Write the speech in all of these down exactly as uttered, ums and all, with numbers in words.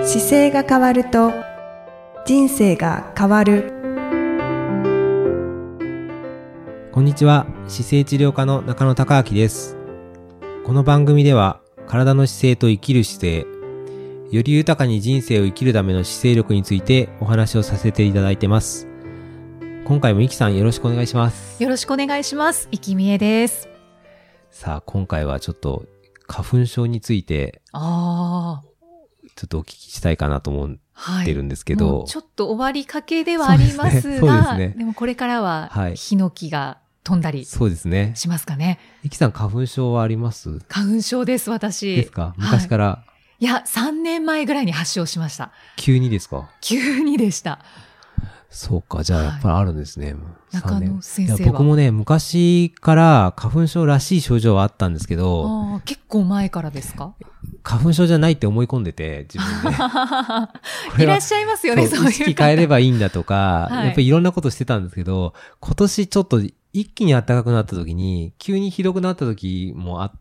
姿勢が変わると人生が変わる。 こんにちは、姿勢治療科の中野孝明です。この番組では体の姿勢と生きる姿勢、より豊かに人生を生きるための姿勢力についてお話をさせていただいてます。今回もいきさんよろしくお願いします。 よろしくお願いします。いきみえです。 さあ今回はちょっと花粉症についてあちょっとお聞きしたいかなと思ってるんですけど、 はい、もうちょっと終わりかけではありますが、そうですね、でもこれからはヒノキが飛んだりしますかね。 いきさん花粉症はあります？ 花粉症です、私。 ですか？昔から、はい、 いや、さんねんまえぐらいに発症しました。 急にですか？ 急にでした。 そうか、じゃあやっぱりあるんですね。はい、 中野先生は。 僕もね、昔から花粉症らしい症状はあったんですけど、 あ、結構前からですか？ 花粉症じゃないって思い込んでて、自分で。 いらっしゃいますよね、そういう。 意識変えればいいんだとか、はい、やっぱりいろんなことしてたんですけど、今年ちょっと一気に暖かくなった時に、急にひどくなった時もあって、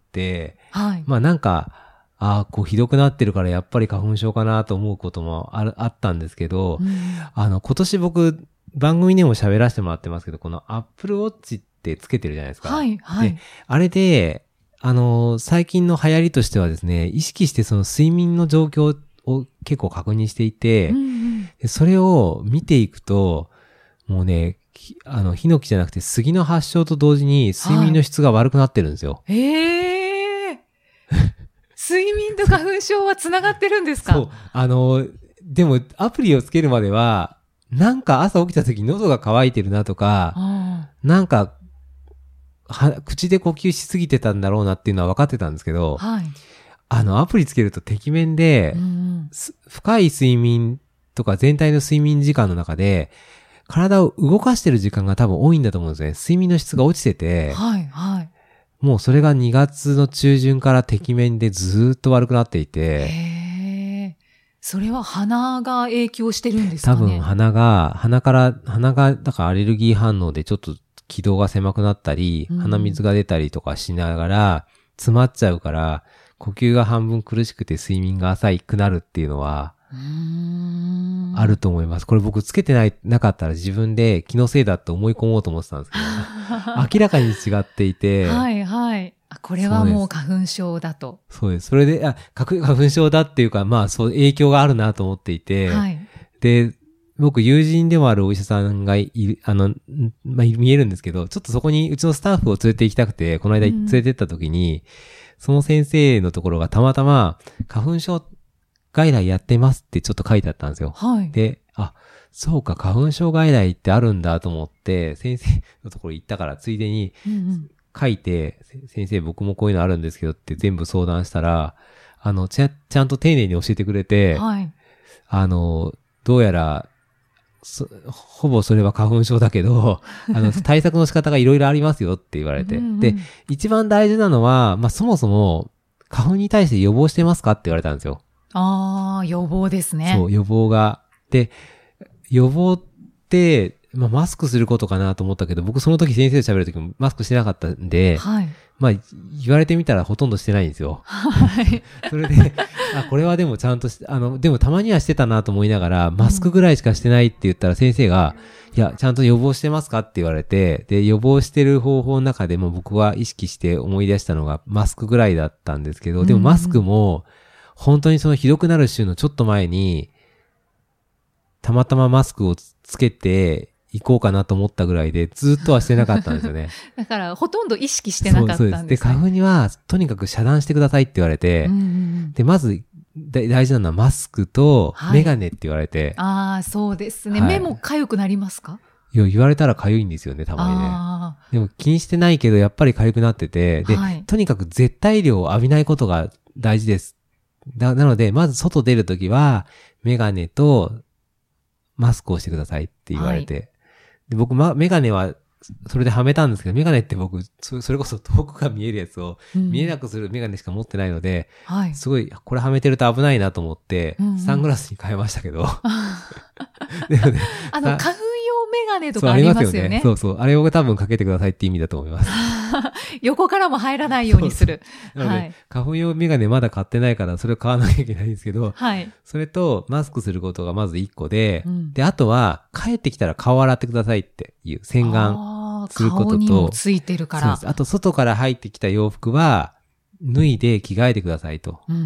はい、 まあなんか、ああ、こうひどくなってるからやっぱり花粉症かなと思うこともある、あったんですけど、うん、あの、今年僕、番組でも喋らせてもらってますけど、この Apple Watch ってつけてるじゃないですか。 はい、はい。 で、あれで、あの、最近の流行りとしてはですね、意識してその睡眠の状況を結構確認していて、うんうん、でそれを見ていくと、もうね、あの、ヒノキじゃなくて杉の発症と同時に睡眠の質が悪くなってるんですよ。 はい、えー睡眠と花粉症はつながってるんですか？ そう。あの、でもアプリをつけるまでは、なんか朝起きた時喉が渇いてるなとか、なんかは、口で呼吸しすぎてたんだろうなっていうのは分かってたんですけど、 はい、 あの、アプリつけるとてきめんで、うん、深い睡眠とか全体の睡眠時間の中で、体を動かしてる時間が多分多いんだと思うんですね。睡眠の質が落ちてて、 はい、はい。 もうそれがにがつの中旬からてきめんでずーっと悪くなっていて。 へー。それは鼻が影響してるんですかね？ 多分鼻が、鼻から、鼻が、だからアレルギー反応でちょっと気道が狭くなったり、うん、鼻水が出たりとかしながら、詰まっちゃうから、呼吸が半分苦しくて睡眠が浅くなるっていうのは、 うーんあると思います。これ僕つけてない、なかったら自分で気のせいだって思い込もうと思ってたんですけど、明らかに違っていて。 はいはい。これはもう花粉症だと。 そうです。それで、あ、花粉症だっていうか、まあそう影響があるなと思っていて、 はい、 で、僕友人でもあるお医者さんがいる、あの、まあ見えるんですけど、ちょっとそこにうちのスタッフを連れて行きたくて、この間連れて行った時に、うん、その先生のところがたまたま花粉症外来やってますってちょっと書いてあったんですよ。 はい。 で、あ、そうか、花粉症外来ってあるんだと思って、先生のところ行ったからついでに書いて、うんうん、先生僕もこういうのあるんですけどって全部相談したら、あの、ちゃ、ちゃんと丁寧に教えてくれて、 はい。 あの、どうやら、ほぼそれは花粉症だけど、あの、対策の仕方がいろいろありますよって言われて。うんうん、で、一番大事なのは、まあ、そもそも、花粉に対して予防してますかって言われたんですよ。 ああ、予防ですね。 そう、予防が。で、予防って、まあ、マスクすることかなと思ったけど、僕その時先生と喋る時もマスクしてなかったんで、 はい。 まあ、言われてみたらほとんどしてないんですよ。 はい。 それで、あ、これはでもちゃんとし、あの、でもたまにはしてたなと思いながら、マスクぐらいしかしてないって言ったら先生が、うん、いや、ちゃんと予防してますかって言われて、で、予防してる方法の中でも僕は意識して思い出したのがマスクぐらいだったんですけど、でもマスクも、本当にそのひどくなる週のちょっと前に、たまたまマスクをつけて行こうかなと思ったぐらいで、ずっとはしてなかったんですよね。 だから、ほとんど意識してなかったんですね。 そうそうです。で、花粉には、とにかく遮断してくださいって言われて、 うんうん、 で、まず、大事なのはマスクとメガネって言われて。はい、 ああ、そうですね。はい、目も痒くなりますか？ いや、言われたら痒いんですよね、たまにね。でも気にしてないけど、やっぱり痒くなってて、で、はい、とにかく絶対量を浴びないことが大事です。な, なので、まず外出るときは、メガネとマスクをしてくださいって言われて。はい、で僕、ま、メガネは、それではめたんですけど、メガネって僕、それこそ遠くが見えるやつを見えなくするメガネしか持ってないので、 うんはい、 すごい、これはめてると危ないなと思って、うんうん、サングラスに変えましたけど。 でもね、あの、花粉用メガネとかありますよね。そう、ありますよね。 そうそう。あれを多分かけてくださいって意味だと思います。 横からも入らないようにする。 そうそう。なので、はい、花粉用メガネまだ買ってないからそれを買わなきゃいけないんですけど、はい、それとマスクすることがまずいっこで、うん、で、あとは帰ってきたら顔洗ってくださいっていう洗顔することと、顔にもついてるから。そうです。 あと外から入ってきた洋服は脱いで着替えてくださいと。うんうん、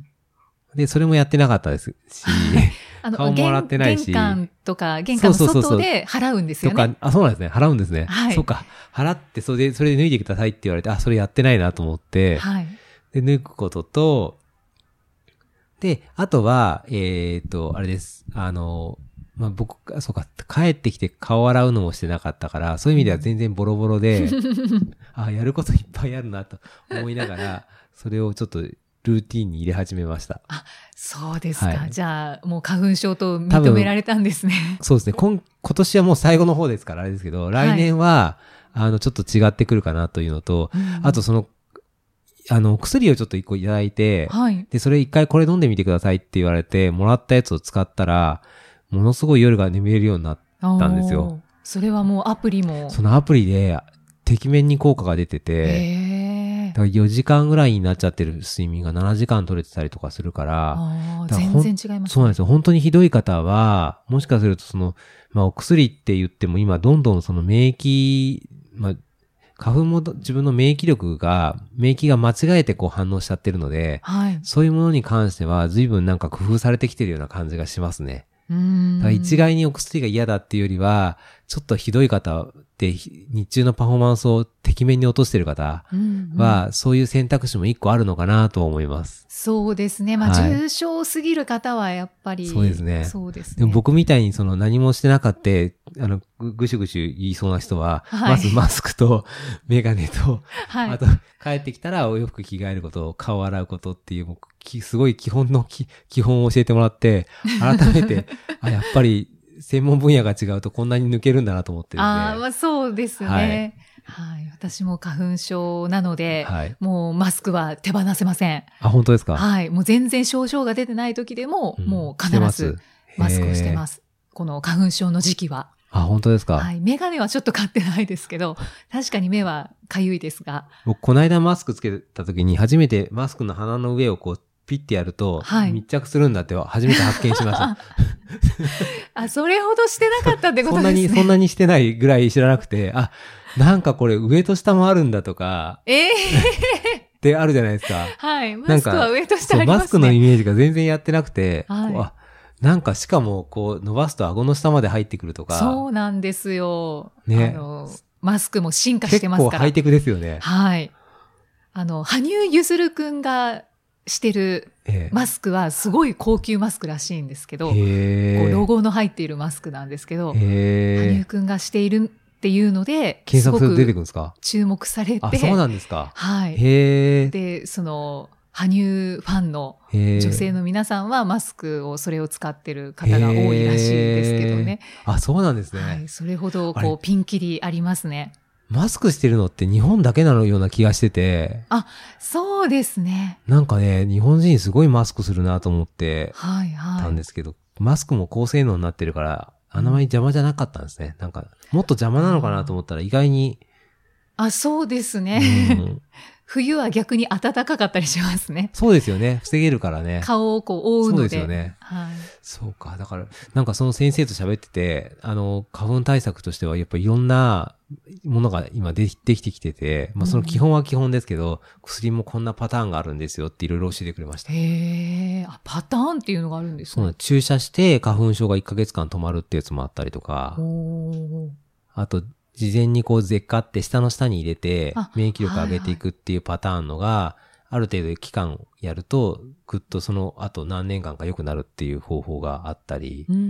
で、それもやってなかったですし、あの顔も洗ってないし。 玄関とか、玄関の外で払うんですよね。 とか、あ、そうなんですね。払うんですね。はい。そうか。払って、それで、それで脱いでくださいって言われて、あ、それやってないなと思って、はい。で、脱ぐことと、で、あとは、えっと、あれです。あの、まあ、僕、そうか、帰ってきて顔洗うのもしてなかったから、そういう意味では全然ボロボロで、あ、やることいっぱいあるなと思いながら、それをちょっと、ルーティンに入れ始めました。 あ、そうですか。はい、じゃあ、もう花粉症と認められたんですね。 そうですね。今、今年はもう最後の方ですからあれですけど、来年は、はい、あの、ちょっと違ってくるかなというのと、うん、あとその、あの、薬をちょっと一個いただいて、はい、で、それ一回これ飲んでみてくださいって言われて、もらったやつを使ったら、ものすごい夜が眠れるようになったんですよ。 それはもうアプリも。 そのアプリで、てきめんに効果が出てて、 へー、 だからよじかんぐらいになっちゃってる睡眠がななじかん取れてたりとかするから、 あ全然違いますね。 そうなんですよ。本当にひどい方は、もしかするとその、まあお薬って言っても今どんどんその免疫、まあ花粉も自分の免疫力が、免疫が間違えてこう反応しちゃってるので、はい、そういうものに関しては随分なんか工夫されてきてるような感じがしますね。 うーん、 だから一概にお薬が嫌だっていうよりは、ちょっとひどい方で日中のパフォーマンスをてきめんに落としてる方は、うんうん、そういう選択肢も一個あるのかなと思います。 そうですね。まあ、はい、重症すぎる方はやっぱり。 そうですね。 そうですね。 でも僕みたいにその何もしてなかった、あの、ぐしゅぐしゅ言いそうな人は、はい、まずマスクとメガネと、はい、あと帰ってきたらお洋服着替えること、顔洗うことっていう、もうすごい基本の基本を教えてもらって、改めて、あ、やっぱり、専門分野が違うとこんなに抜けるんだなと思ってるんで。 ああ、まあそうですね。はい。はい。私も花粉症なので、はい、もうマスクは手放せません。 あ、本当ですか？ はい。もう全然症状が出てない時でも、うん、もう必ずマスクをしてます。この花粉症の時期は。 あ、本当ですか？ はい。メガネはちょっと買ってないですけど、確かに目はかゆいですが。 僕、この間マスクつけた時に初めてマスクの鼻の上をこう、ピッてやると、はい、密着するんだって初めて発見しました。 あ、それほどしてなかったってことですね。 そんなに、そんなにしてないぐらい知らなくて、あ、なんかこれ上と下もあるんだとか、 ええー、 ってあるじゃないですか。 はい。マスクは上と下ありますね。 マスクのイメージが全然やってなくて、はい、あ、なんかしかもこう伸ばすと顎の下まで入ってくるとか。 そうなんですよ。ね。あの、マスクも進化してますから。 結構ハイテクですよね。 はい。あの、羽生結弦くんが、してるマスクはすごい高級マスクらしいんですけど、こうロゴの入っているマスクなんですけど、羽生くんがしているっていうので、 検索すると出てくるんですか？ 注目されて、 あ、そうなんですか。 はい。 へー。 で、その、羽生ファンの女性の皆さんはマスクをそれを使ってる方が多いらしいですけどね。 あ、そうなんですね。 はい。それほどこうピンキリありますね。 マスクしてるのって日本だけなのような気がしてて。 あ、そうですね。 なんかね、日本人すごいマスクするなと思ってたんですけど、はいはい、マスクも高性能になってるから、あんまり邪魔じゃなかったんですね。なんか、もっと邪魔なのかなと思ったら意外に。 あ、そうですね。うん、冬は逆に暖かかったりしますね。 そうですよね。防げるからね。 顔をこう覆うので。 そうですよね。 はい。 そうか。だから、なんかその先生と喋ってて、あの、花粉対策としてはやっぱいろんなものが今できてきてて、まあその基本は基本ですけど、うん、薬もこんなパターンがあるんですよっていろいろ教えてくれました。 へー。あ、パターンっていうのがあるんですか？ そう、注射して花粉症がいっかげつかん止まるってやつもあったりとか、あと、事前にこう舌下って下の下に入れて免疫力上げていくっていうパターンのがある程度期間やるとぐっとその後何年間か良くなるっていう方法があったり、 うんうんうん、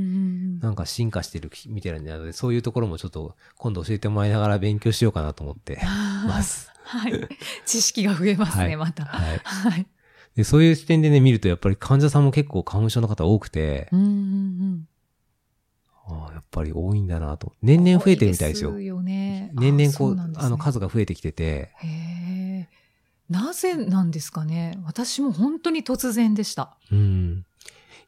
なんか進化してるみたいなのでそういうところもちょっと今度教えてもらいながら勉強しようかなと思ってます。 はい。知識が増えますね、はい、また。 はい。はい。で、そういう視点でね見るとやっぱり患者さんも結構花粉症の方多くて、 うんうんうんああ、やっぱり多いんだなと。年々増えてるみたいですよ。 多いですよね。 年々こう、あ、ね、あの数が増えてきてて。 へえ。なぜなんですかね。私も本当に突然でした。 うん。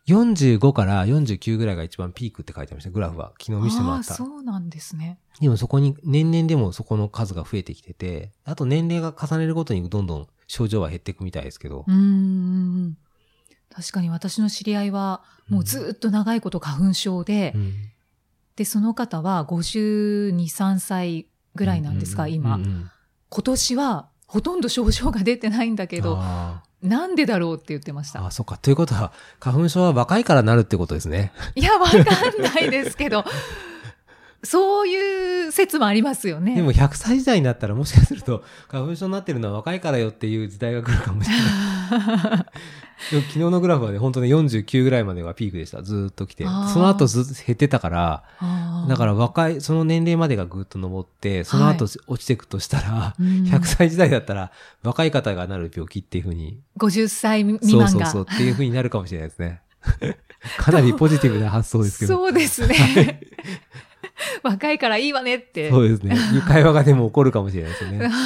よんじゅうごからよんじゅうきゅうぐらいが一番ピークって書いてました、グラフは。昨日見せてもらった。 ああ、そうなんですね。 でもそこに、年々でもそこの数が増えてきてて、あと年齢が重ねるごとにどんどん症状は減っていくみたいですけど。 うーん。確かに私の知り合いは、もうずっと長いこと花粉症で、うん、で、その方はごじゅうに、さんさいぐらいなんですが、今、うんうん。今年はほとんど症状が出てないんだけど、なんでだろうって言ってました。 ああ、そっか。ということは、花粉症は若いからなるってことですね。 いや、わかんないですけど、そういう説もありますよね。 でもひゃくさい時代になったらもしかすると、花粉症になってるのは若いからよっていう時代が来るかもしれない。でも昨日のグラフはね、本当によんじゅうきゅうぐらいまでがピークでした。ずーっと来て。その後ずっと減ってたから、だから若い、その年齢までがぐーっと上って、その後落ちていくとしたら、はい、ひゃくさい時代だったら若い方がなる病気っていう風に。 ごじゅっさい未満が。 そうそうそうっていう風になるかもしれないですね。かなりポジティブな発想ですけど。 そうですね。若いからいいわねって。 そうですね。いう会話がでも起こるかもしれないですよね。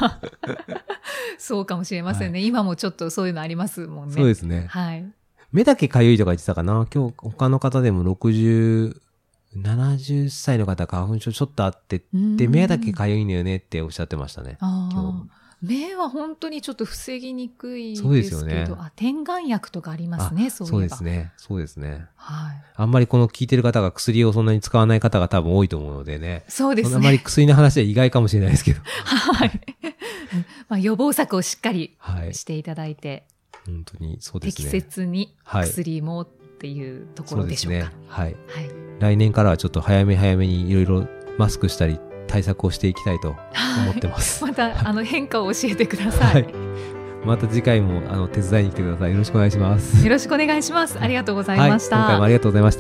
そうかもしれませんね、はい。今もちょっとそういうのありますもんね。 そうですね。 はい。 目だけかゆいとか言ってたかな。今日他の方でもろくじゅう、ななじゅっさいの方花粉症ちょっとあってで目だけかゆいんだよねっておっしゃってましたね。 あ今日目は本当にちょっと防ぎにくいですけど、そうですよね。あ、点眼薬とかありますね。そういえば。 そうですね。そうですね。 はい。 あんまりこの聞いてる方が薬をそんなに使わない方が多分多いと思うのでね。 そうですね。 あんまり薬の話は意外かもしれないですけど。 はい。まあ予防策をしっかりしていただいて、 はい、本当にそうですね。 適切に薬もっていうところでしょうか。 はい、そうですね。はい。 はい。 来年からはちょっと早め早めにいろいろマスクしたり対策をしていきたいと思ってます。 はい、またあの変化を教えてください。はい、 また次回もあの手伝いに来てください。よろしくお願いします。 よろしくお願いします。ありがとうございました。 はい、今回もありがとうございました。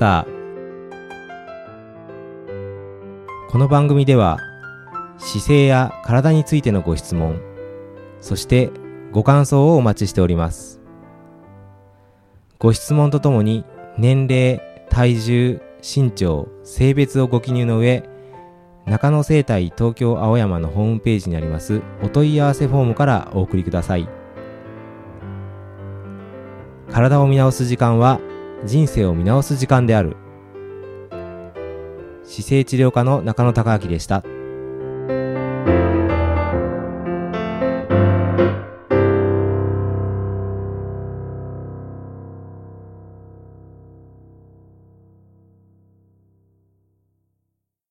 この番組では姿勢や体についてのご質問、そしてご感想をお待ちしております。ご質問とともに年齢、体重、身長、性別をご記入の上、中野生態東京青山のホームページにありますお問い合わせフォームからお送りください。体を見直す時間は人生を見直す時間である。姿勢治療科の中野孝明でした。